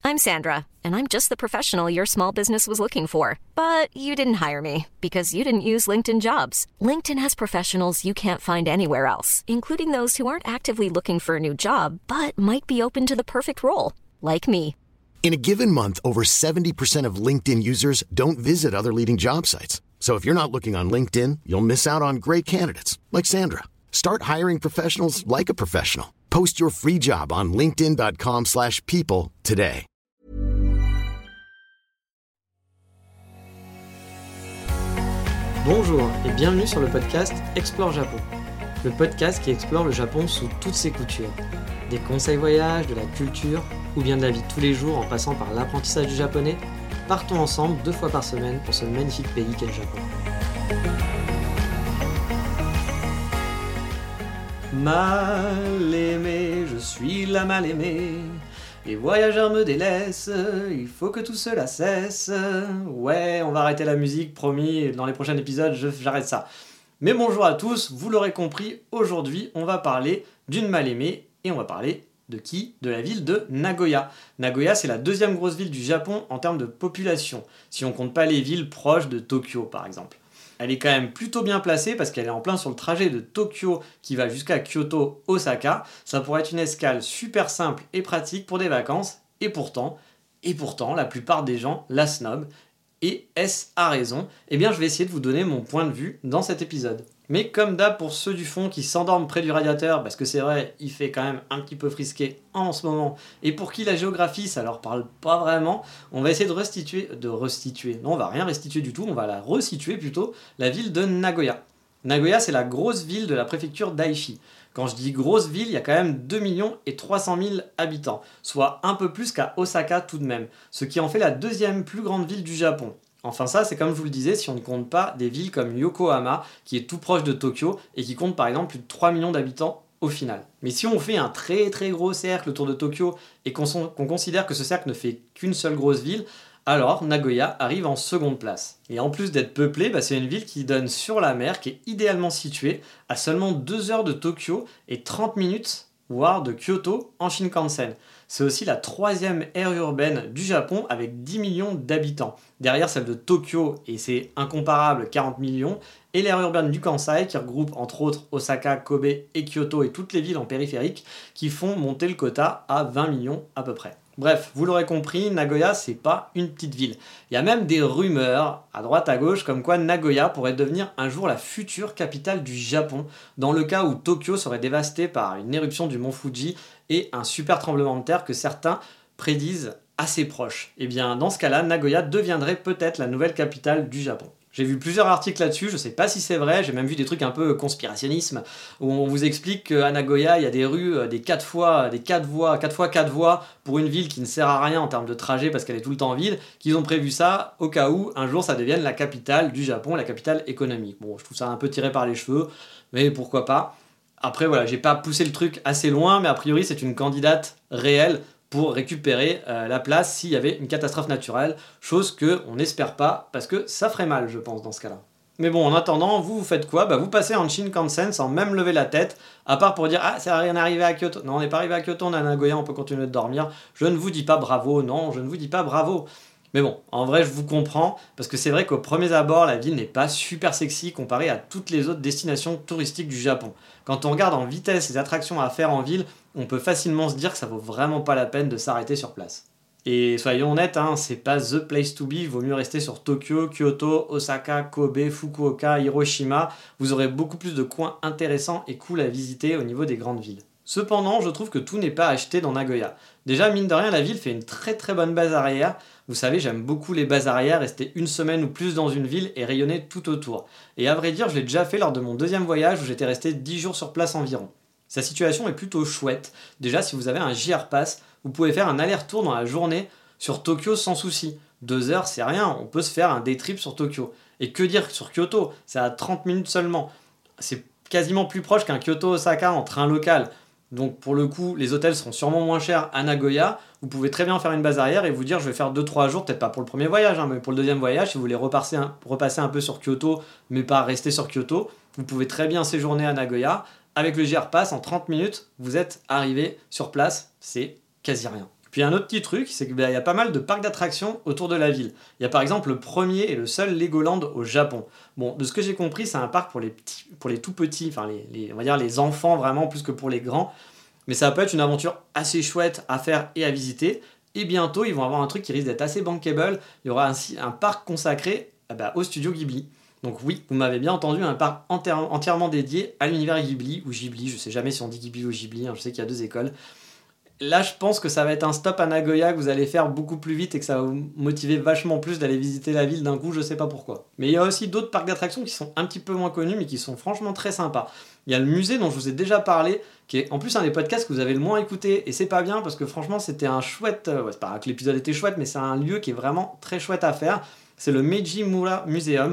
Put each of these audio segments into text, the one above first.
I'm Sandra, and I'm just the professional your small business was looking for. But you didn't hire me because you didn't use LinkedIn Jobs. LinkedIn has professionals you can't find anywhere else, including those who aren't actively looking for a new job, but might be open to the perfect role, like me. In a given month, over 70% of LinkedIn users don't visit other leading job sites. So if you're not looking on LinkedIn, you'll miss out on great candidates like Sandra. Start hiring professionals like a professional. Post your free job on linkedin.com/people today. Bonjour et bienvenue sur le podcast Explore Japon. Le podcast qui explore le Japon sous toutes ses coutures. Des conseils voyages, de la culture ou bien de la vie de tous les jours en passant par l'apprentissage du japonais, partons ensemble 2 fois par semaine pour ce magnifique pays qu'est le Japon. Mal aimé, je suis la mal aimée. Les voyageurs me délaissent, il faut que tout cela cesse. Ouais, on va arrêter la musique, promis, dans les prochains épisodes, j'arrête ça. Mais bonjour à tous, vous l'aurez compris, aujourd'hui on va parler d'une mal-aimée et on va parler de qui ? De la ville de Nagoya. Nagoya, c'est la 2e grosse ville du Japon en termes de population, si on compte pas les villes proches de Tokyo par exemple. Elle est quand même plutôt bien placée parce qu'elle est en plein sur le trajet de Tokyo qui va jusqu'à Kyoto, Osaka. Ça pourrait être une escale super simple et pratique pour des vacances. Et pourtant, la plupart des gens la snobent. Et est-ce à raison ? Eh bien, je vais essayer de vous donner mon point de vue dans cet épisode. Mais comme d'hab pour ceux du fond qui s'endorment près du radiateur, parce que c'est vrai, il fait quand même un petit peu frisqué en ce moment, et pour qui la géographie, ça leur parle pas vraiment, on va essayer de restituer. Non, on va rien restituer du tout, on va la resituer plutôt, la ville de Nagoya. Nagoya, c'est la grosse ville de la préfecture d'Aichi. Quand je dis grosse ville, il y a quand même 2 300 000 habitants, soit un peu plus qu'à Osaka tout de même, ce qui en fait la 2e plus grande ville du Japon. Enfin ça, c'est comme je vous le disais, si on ne compte pas des villes comme Yokohama, qui est tout proche de Tokyo, et qui compte par exemple plus de 3 millions d'habitants au final. Mais si on fait un très très gros cercle autour de Tokyo, et qu'on considère que ce cercle ne fait qu'une seule grosse ville, alors Nagoya arrive en seconde place. Et en plus d'être peuplée, c'est une ville qui donne sur la mer, qui est idéalement située à seulement 2 heures de Tokyo et 30 minutes, voire de Kyoto en Shinkansen. C'est aussi la 3e aire urbaine du Japon avec 10 millions d'habitants. Derrière celle de Tokyo, et c'est incomparable, 40 millions, et l'aire urbaine du Kansai qui regroupe entre autres Osaka, Kobe et Kyoto et toutes les villes en périphérique qui font monter le quota à 20 millions à peu près. Bref, vous l'aurez compris, Nagoya, c'est pas une petite ville. Il y a même des rumeurs, à droite à gauche, comme quoi Nagoya pourrait devenir un jour la future capitale du Japon, dans le cas où Tokyo serait dévastée par une éruption du mont Fuji et un super tremblement de terre que certains prédisent assez proche. Et bien, dans ce cas-là, Nagoya deviendrait peut-être la nouvelle capitale du Japon. J'ai vu plusieurs articles là-dessus, je sais pas si c'est vrai, j'ai même vu des trucs un peu conspirationnisme, où on vous explique qu'à Nagoya, il y a des rues, des 4 fois 4 voies pour une ville qui ne sert à rien en termes de trajet parce qu'elle est tout le temps vide, qu'ils ont prévu ça au cas où un jour ça devienne la capitale du Japon, la capitale économique. Bon, je trouve ça un peu tiré par les cheveux, mais pourquoi pas. Après voilà, j'ai pas poussé le truc assez loin, mais a priori c'est une candidate réelle pour récupérer la place s'il y avait une catastrophe naturelle, chose qu'on n'espère pas, parce que ça ferait mal, je pense, dans ce cas-là. Mais bon, en attendant, vous faites quoi ? Vous passez en Shinkansen sans même lever la tête, à part pour dire « Ah, ça rien arrivé à Kyoto ». Non, on n'est pas arrivé à Kyoto, on est à Nagoya, on peut continuer de dormir. Je ne vous dis pas bravo, non, je ne vous dis pas bravo. Mais bon, en vrai, je vous comprends, parce que c'est vrai qu'au premier abord, la ville n'est pas super sexy comparée à toutes les autres destinations touristiques du Japon. Quand on regarde en vitesse les attractions à faire en ville, on peut facilement se dire que ça vaut vraiment pas la peine de s'arrêter sur place. Et soyons honnêtes, c'est pas the place to be, il vaut mieux rester sur Tokyo, Kyoto, Osaka, Kobe, Fukuoka, Hiroshima. Vous aurez beaucoup plus de coins intéressants et cool à visiter au niveau des grandes villes. Cependant, je trouve que tout n'est pas acheté dans Nagoya. Déjà, mine de rien, la ville fait une très très bonne base arrière. Vous savez, j'aime beaucoup les bases arrière, rester une semaine ou plus dans une ville et rayonner tout autour. Et à vrai dire, je l'ai déjà fait lors de mon 2e voyage où j'étais resté 10 jours sur place environ. Sa situation est plutôt chouette. Déjà, si vous avez un JR Pass, vous pouvez faire un aller-retour dans la journée sur Tokyo sans souci. 2 heures, c'est rien, on peut se faire un day trip sur Tokyo. Et que dire sur Kyoto ? C'est à 30 minutes seulement. C'est quasiment plus proche qu'un Kyoto-Osaka en train local. Donc pour le coup, les hôtels seront sûrement moins chers à Nagoya. Vous pouvez très bien faire une base arrière et vous dire je vais faire 2-3 jours, peut-être pas pour le premier voyage, mais pour le 2e voyage, si vous voulez repasser un peu sur Kyoto, mais pas rester sur Kyoto, vous pouvez très bien séjourner à Nagoya. Avec le JR Pass, en 30 minutes, vous êtes arrivé sur place, c'est quasi rien. Puis Puis un autre petit truc, c'est qu'il y a pas mal de parcs d'attractions autour de la ville. Il y a par exemple le premier et le seul Legoland au Japon. Bon, de ce que j'ai compris, c'est un parc pour les tout petits, enfin on va dire les enfants vraiment plus que pour les grands. Mais ça peut être une aventure assez chouette à faire et à visiter. Et bientôt, ils vont avoir un truc qui risque d'être assez bankable. Il y aura ainsi un parc consacré au studio Ghibli. Donc oui, vous m'avez bien entendu, un parc entièrement dédié à l'univers Ghibli, ou Ghibli, je sais jamais si on dit Ghibli ou Ghibli, je sais qu'il y a 2 écoles. Là, je pense que ça va être un stop à Nagoya, que vous allez faire beaucoup plus vite et que ça va vous motiver vachement plus d'aller visiter la ville d'un coup, je sais pas pourquoi. Mais il y a aussi d'autres parcs d'attractions qui sont un petit peu moins connus, mais qui sont franchement très sympas. Il y a le musée dont je vous ai déjà parlé, qui est en plus un des podcasts que vous avez le moins écouté, et c'est pas bien parce que franchement, c'était un chouette. C'est pas que l'épisode était chouette, mais c'est un lieu qui est vraiment très chouette à faire. C'est le Meiji Mura Museum.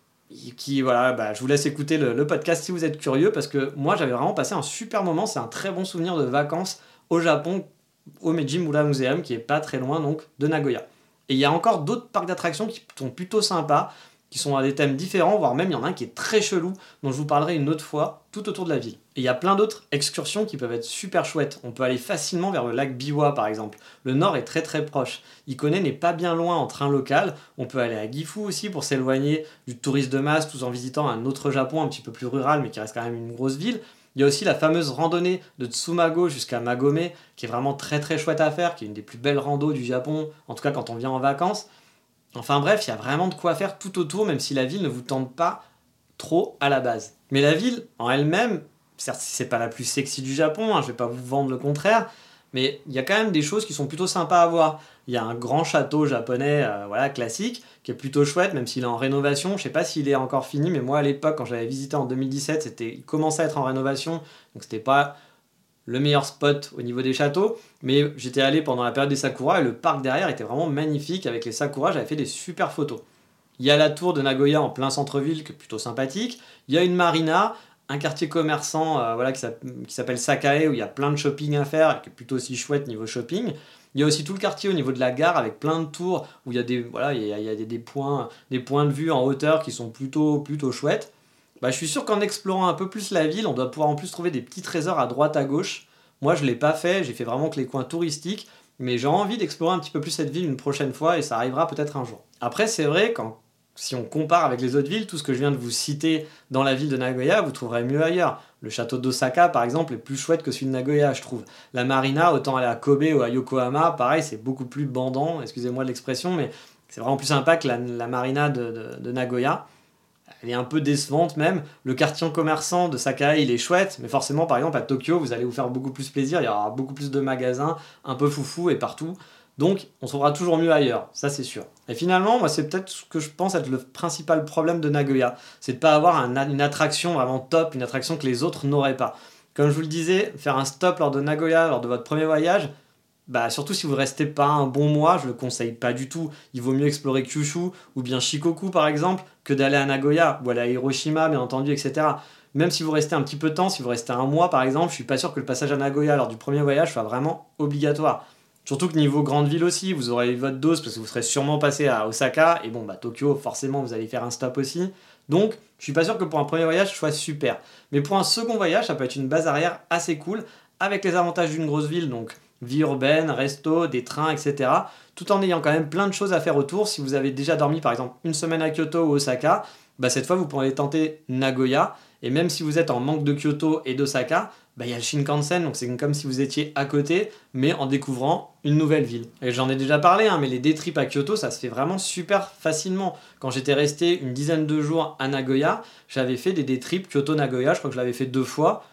Je vous laisse écouter le podcast si vous êtes curieux, parce que moi, j'avais vraiment passé un super moment. C'est un très bon souvenir de vacances au Japon, au Meiji Mura Museum, qui est pas très loin donc de Nagoya. Et il y a encore d'autres parcs d'attractions qui sont plutôt sympas, qui sont à des thèmes différents, voire même il y en a un qui est très chelou, dont je vous parlerai une autre fois, tout autour de la ville. Et il y a plein d'autres excursions qui peuvent être super chouettes. On peut aller facilement vers le lac Biwa par exemple. Le nord est très très proche. Ikone n'est pas bien loin en train local. On peut aller à Gifu aussi pour s'éloigner du tourisme de masse, tout en visitant un autre Japon un petit peu plus rural, mais qui reste quand même une grosse ville. Il y a aussi la fameuse randonnée de Tsumago jusqu'à Magome, qui est vraiment très très chouette à faire, qui est une des plus belles randos du Japon, en tout cas quand on vient en vacances. Enfin bref, il y a vraiment de quoi faire tout autour, même si la ville ne vous tente pas trop à la base. Mais la ville en elle-même, certes c'est pas la plus sexy du Japon, je vais pas vous vendre le contraire, mais il y a quand même des choses qui sont plutôt sympas à voir. Il y a un grand château japonais classique, qui est plutôt chouette, même s'il est en rénovation. Je sais pas s'il est encore fini, mais moi à l'époque, quand j'avais visité en 2017, il commençait à être en rénovation, donc c'était pas le meilleur spot au niveau des châteaux, mais j'étais allé pendant la période des Sakura et le parc derrière était vraiment magnifique avec les Sakura, j'avais fait des super photos. Il y a la tour de Nagoya en plein centre-ville qui est plutôt sympathique, il y a une marina, un quartier commerçant qui s'appelle Sakae où il y a plein de shopping à faire, qui est plutôt aussi chouette niveau shopping. Il y a aussi tout le quartier au niveau de la gare avec plein de tours où il y a des points de vue en hauteur qui sont plutôt chouettes. Je suis sûr qu'en explorant un peu plus la ville, on doit pouvoir en plus trouver des petits trésors à droite à gauche. Moi, je ne l'ai pas fait, j'ai fait vraiment que les coins touristiques, mais j'ai envie d'explorer un petit peu plus cette ville une prochaine fois et ça arrivera peut-être un jour. Après, c'est vrai, si on compare avec les autres villes, tout ce que je viens de vous citer dans la ville de Nagoya, vous trouverez mieux ailleurs. Le château d'Osaka, par exemple, est plus chouette que celui de Nagoya, je trouve. La marina, autant aller à Kobe ou à Yokohama, pareil, c'est beaucoup plus bandant, excusez-moi de l'expression, mais c'est vraiment plus sympa que la marina de Nagoya. Elle est un peu décevante même. Le quartier commerçant de Sakae, il est chouette, mais forcément, par exemple, à Tokyo, vous allez vous faire beaucoup plus plaisir. Il y aura beaucoup plus de magasins, un peu foufou et partout. Donc, on trouvera toujours mieux ailleurs, ça c'est sûr. Et finalement, moi, c'est peut-être ce que je pense être le principal problème de Nagoya. C'est de ne pas avoir une attraction vraiment top, une attraction que les autres n'auraient pas. Comme je vous le disais, faire un stop lors de Nagoya, lors de votre premier voyage, surtout si vous ne restez pas un bon mois, je ne le conseille pas du tout. Il vaut mieux explorer Kyushu ou bien Shikoku par exemple que d'aller à Nagoya ou aller à Hiroshima bien entendu, etc. Même si vous restez un petit peu de temps, si vous restez un mois par exemple, je suis pas sûr que le passage à Nagoya lors du premier voyage soit vraiment obligatoire. Surtout que niveau grande ville aussi, vous aurez eu votre dose parce que vous serez sûrement passé à Osaka et Tokyo forcément vous allez faire un stop aussi. Donc je suis pas sûr que pour un premier voyage ce soit super. Mais pour un second voyage, ça peut être une base arrière assez cool avec les avantages d'une grosse ville, donc vie urbaine, resto, des trains, etc. Tout en ayant quand même plein de choses à faire autour. Si vous avez déjà dormi par exemple une semaine à Kyoto ou Osaka, cette fois vous pourrez tenter Nagoya. Et même si vous êtes en manque de Kyoto et d'Osaka, il y a le Shinkansen, donc c'est comme si vous étiez à côté, mais en découvrant une nouvelle ville. Et j'en ai déjà parlé, mais les day trips à Kyoto, ça se fait vraiment super facilement. Quand j'étais resté une dizaine de jours à Nagoya, j'avais fait des day trips Kyoto-Nagoya, je crois que je l'avais fait 2 fois.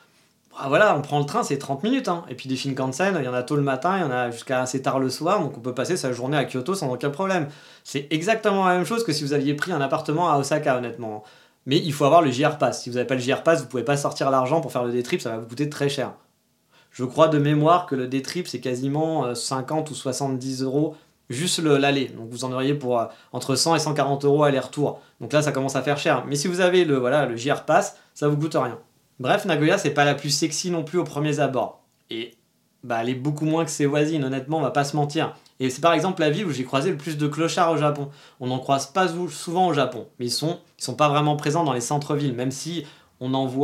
On prend le train, c'est 30 minutes. Et puis des Shinkansen, il y en a tôt le matin, il y en a jusqu'à assez tard le soir, donc on peut passer sa journée à Kyoto sans aucun problème. C'est exactement la même chose que si vous aviez pris un appartement à Osaka, honnêtement. Mais il faut avoir le JR Pass. Si vous n'avez pas le JR Pass, vous ne pouvez pas sortir l'argent pour faire le day trip, ça va vous coûter très cher. Je crois de mémoire que le day trip, c'est quasiment 50 ou 70 euros juste l'aller. Donc vous en auriez pour entre 100 et 140 euros aller-retour. Donc là, ça commence à faire cher. Mais si vous avez le JR Pass, ça vous coûte rien. Bref, Nagoya, c'est pas la plus sexy non plus aux premiers abords. Et elle est beaucoup moins que ses voisines, honnêtement, on va pas se mentir. Et c'est par exemple la ville où j'ai croisé le plus de clochards au Japon. On n'en croise pas souvent au Japon, mais ils sont pas vraiment présents dans les centres-villes, même si on en voit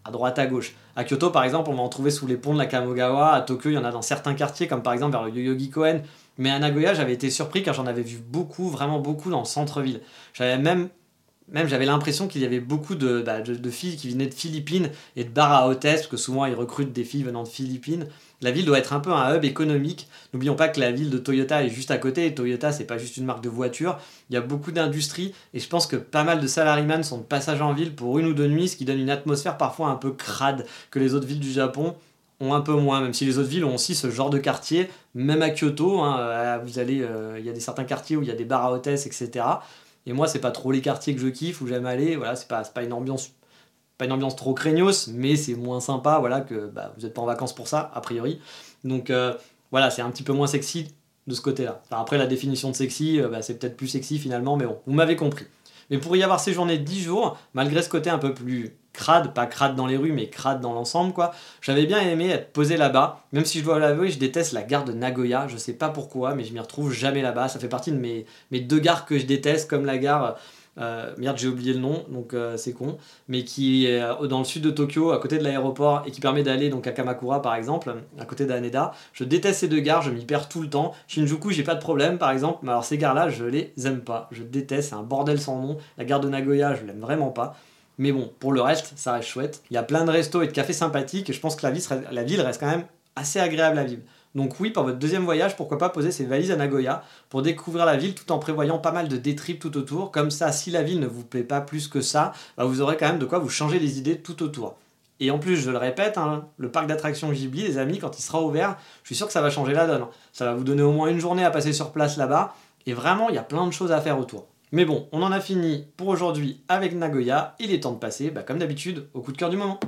à droite à gauche. À Kyoto par exemple, on va en trouver sous les ponts de la Kamogawa, à Tokyo il y en a dans certains quartiers comme par exemple vers le Yoyogi-Koen, mais à Nagoya j'avais été surpris car j'en avais vu beaucoup, vraiment beaucoup dans le centre-ville. J'avais l'impression qu'il y avait beaucoup de filles qui venaient de Philippines et de bars à hôtesses, parce que souvent ils recrutent des filles venant de Philippines. La ville doit être un peu un hub économique. N'oublions pas que la ville de Toyota est juste à côté, et Toyota c'est pas juste une marque de voiture, il y a beaucoup d'industries, et je pense que pas mal de salaryman sont de passage en ville pour 1 ou 2 nuits, ce qui donne une atmosphère parfois un peu crade que les autres villes du Japon ont un peu moins, même si les autres villes ont aussi ce genre de quartier, même à Kyoto, vous allez, il y a certains quartiers où il y a des bars à hôtesses, etc. Et moi, c'est pas trop les quartiers que je kiffe, où j'aime aller. Voilà, c'est pas une ambiance trop craignos, mais c'est moins sympa, voilà, que vous êtes pas en vacances pour ça, a priori. Donc voilà, c'est un petit peu moins sexy de ce côté-là. Enfin, après, la définition de sexy, c'est peut-être plus sexy finalement, mais bon, vous m'avez compris. Mais pour y avoir séjourné 10 jours, malgré ce côté un peu plus crade, pas crade dans les rues, mais crade dans l'ensemble, quoi, j'avais bien aimé être posé là-bas, même si je dois l'avouer, je déteste la gare de Nagoya, je sais pas pourquoi, mais je m'y retrouve jamais là-bas, ça fait partie de mes 2 gares que je déteste, comme la gare, merde j'ai oublié le nom, donc c'est con, mais qui est dans le sud de Tokyo, à côté de l'aéroport, et qui permet d'aller donc à Kamakura par exemple, à côté d'Haneda. Je déteste ces 2 gares, je m'y perds tout le temps. Shinjuku j'ai pas de problème par exemple, mais alors ces gares-là je les aime pas, je déteste, c'est un bordel sans nom. La gare de Nagoya je l'aime vraiment pas. Mais bon, pour le reste, ça reste chouette. Il y a plein de restos et de cafés sympathiques et je pense que la ville reste quand même assez agréable à vivre. Donc oui, pour votre 2e voyage, pourquoi pas poser ses valises à Nagoya pour découvrir la ville tout en prévoyant pas mal de day trips tout autour. Comme ça, si la ville ne vous plaît pas plus que ça, vous aurez quand même de quoi vous changer les idées tout autour. Et en plus, je le répète, le parc d'attractions Ghibli, les amis, quand il sera ouvert, je suis sûr que ça va changer la donne. Ça va vous donner au moins une journée à passer sur place là-bas. Et vraiment, il y a plein de choses à faire autour. Mais bon, on en a fini pour aujourd'hui avec Nagoya. Il est temps de passer, comme d'habitude, au coup de cœur du moment.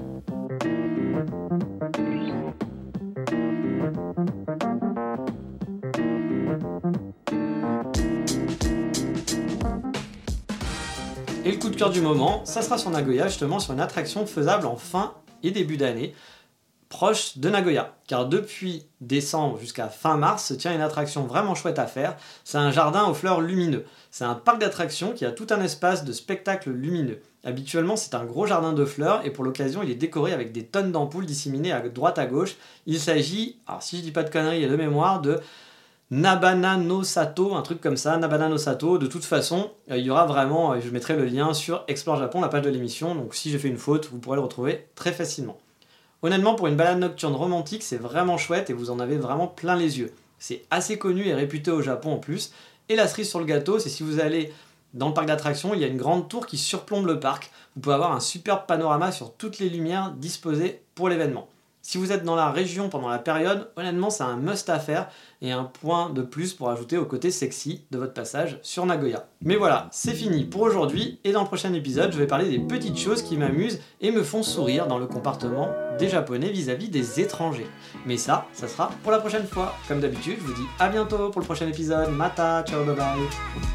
Et le coup de cœur du moment, ça sera sur Nagoya, justement sur une attraction faisable en fin et début d'année, proche de Nagoya. Car depuis décembre jusqu'à fin mars se tient une attraction vraiment chouette à faire. C'est un jardin aux fleurs lumineux. C'est un parc d'attractions qui a tout un espace de spectacle lumineux. Habituellement, c'est un gros jardin de fleurs et pour l'occasion, il est décoré avec des tonnes d'ampoules disséminées à droite à gauche. Il s'agit, alors si je dis pas de conneries et de mémoire, de Nabana no Sato, un truc comme ça, Nabana no Sato. De toute façon, il y aura vraiment, je mettrai le lien sur Explore Japon, la page de l'émission, donc si j'ai fait une faute, vous pourrez le retrouver très facilement. Honnêtement, pour une balade nocturne romantique, c'est vraiment chouette et vous en avez vraiment plein les yeux. C'est assez connu et réputé au Japon en plus. Et la cerise sur le gâteau, c'est si vous allez dans le parc d'attractions, il y a une grande tour qui surplombe le parc. Vous pouvez avoir un superbe panorama sur toutes les lumières disposées pour l'événement. Si vous êtes dans la région pendant la période, honnêtement c'est un must à faire et un point de plus pour ajouter au côté sexy de votre passage sur Nagoya. Mais voilà, c'est fini pour aujourd'hui et dans le prochain épisode je vais parler des petites choses qui m'amusent et me font sourire dans le comportement des Japonais vis-à-vis des étrangers. Mais ça sera pour la prochaine fois. Comme d'habitude, je vous dis à bientôt pour le prochain épisode. Mata, ciao, bye bye.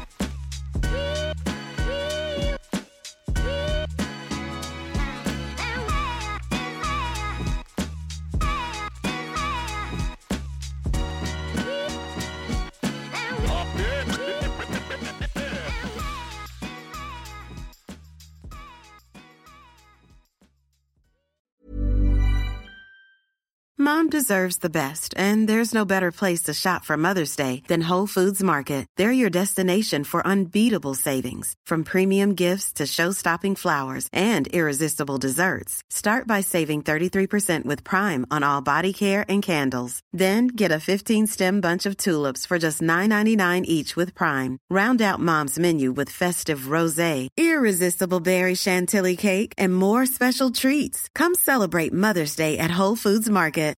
Mom deserves the best, and there's no better place to shop for Mother's Day than Whole Foods Market. They're your destination for unbeatable savings, from premium gifts to show-stopping flowers and irresistible desserts. Start by saving 33% with Prime on all body care and candles. Then get a 15-stem bunch of tulips for just $9.99 each with Prime. Round out Mom's menu with festive rosé, irresistible berry chantilly cake, and more special treats. Come celebrate Mother's Day at Whole Foods Market.